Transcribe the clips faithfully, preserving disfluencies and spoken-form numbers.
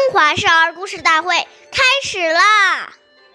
华少儿故事大会开始啦！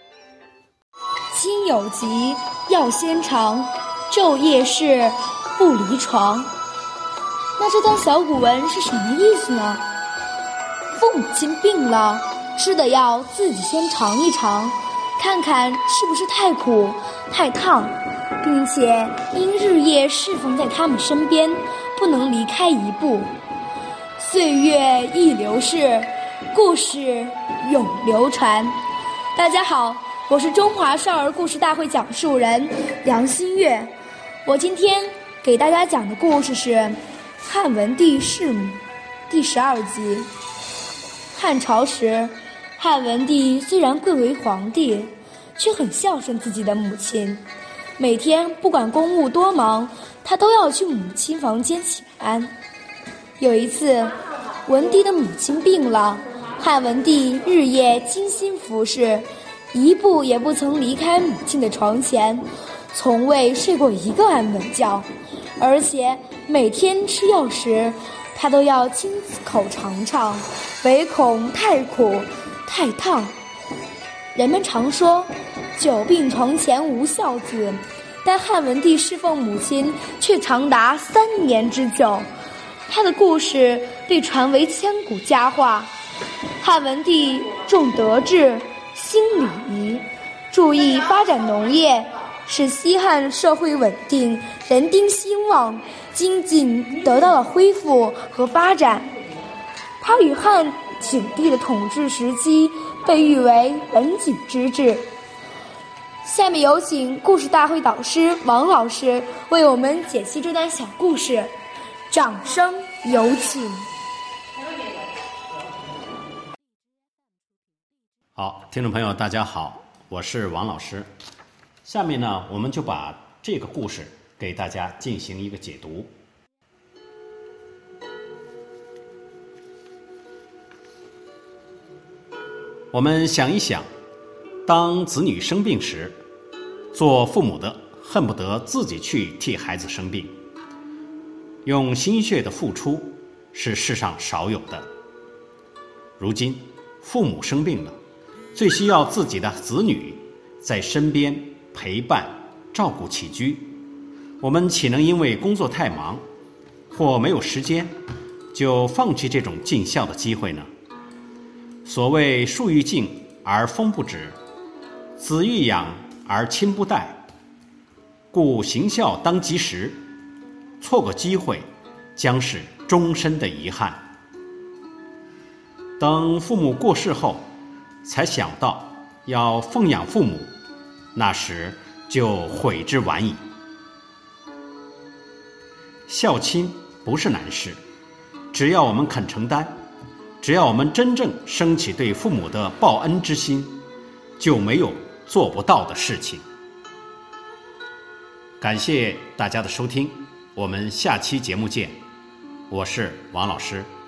亲有疾，药先尝，昼夜侍，不离床。那这段小古文是什么意思呢？父母亲病了，吃的药自己先尝一尝，看看是不是太苦、太烫，并且应日夜侍奉在他们身边，不能离开一步。岁月易流逝，故事永流传。大家好，我是中华少儿故事大会讲述人杨新月。我今天给大家讲的故事是汉文帝弑母第十二集。汉朝时，汉文帝虽然贵为皇帝，却很孝顺自己的母亲。每天不管公务多忙，他都要去母亲房间请安。有一次，文帝的母亲病了，汉文帝日夜精心服侍，一步也不曾离开母亲的床前，从未睡过一个安稳觉。而且每天吃药时，他都要亲口尝尝，唯恐太苦太烫。人们常说久病床前无孝子，但汉文帝侍奉母亲却长达三年之久。他的故事被传为千古佳话。汉文帝重德治，兴礼仪，注意发展农业，使西汉社会稳定，人丁兴旺，经济得到了恢复和发展。他与汉景帝的统治时期被誉为文景之治。下面有请故事大会导师王老师为我们解析这段小故事，掌声有请。 好，听众朋友大家好，我是王老师。下面呢，我们就把这个故事给大家进行一个解读。我们想一想，当子女生病时，做父母的恨不得自己去替孩子生病，用心血的付出是世上少有的。如今父母生病了，最需要自己的子女在身边陪伴照顾起居，我们岂能因为工作太忙或没有时间就放弃这种尽孝的机会呢？所谓树欲静而风不止，子欲养而亲不待，故行孝当及时，错过机会将是终身的遗憾。等父母过世后才想到要奉养父母，那时就悔之晚矣。孝亲不是难事，只要我们肯承担，只要我们真正升起对父母的报恩之心，就没有做不到的事情。感谢大家的收听，我们下期节目见。我是王老师。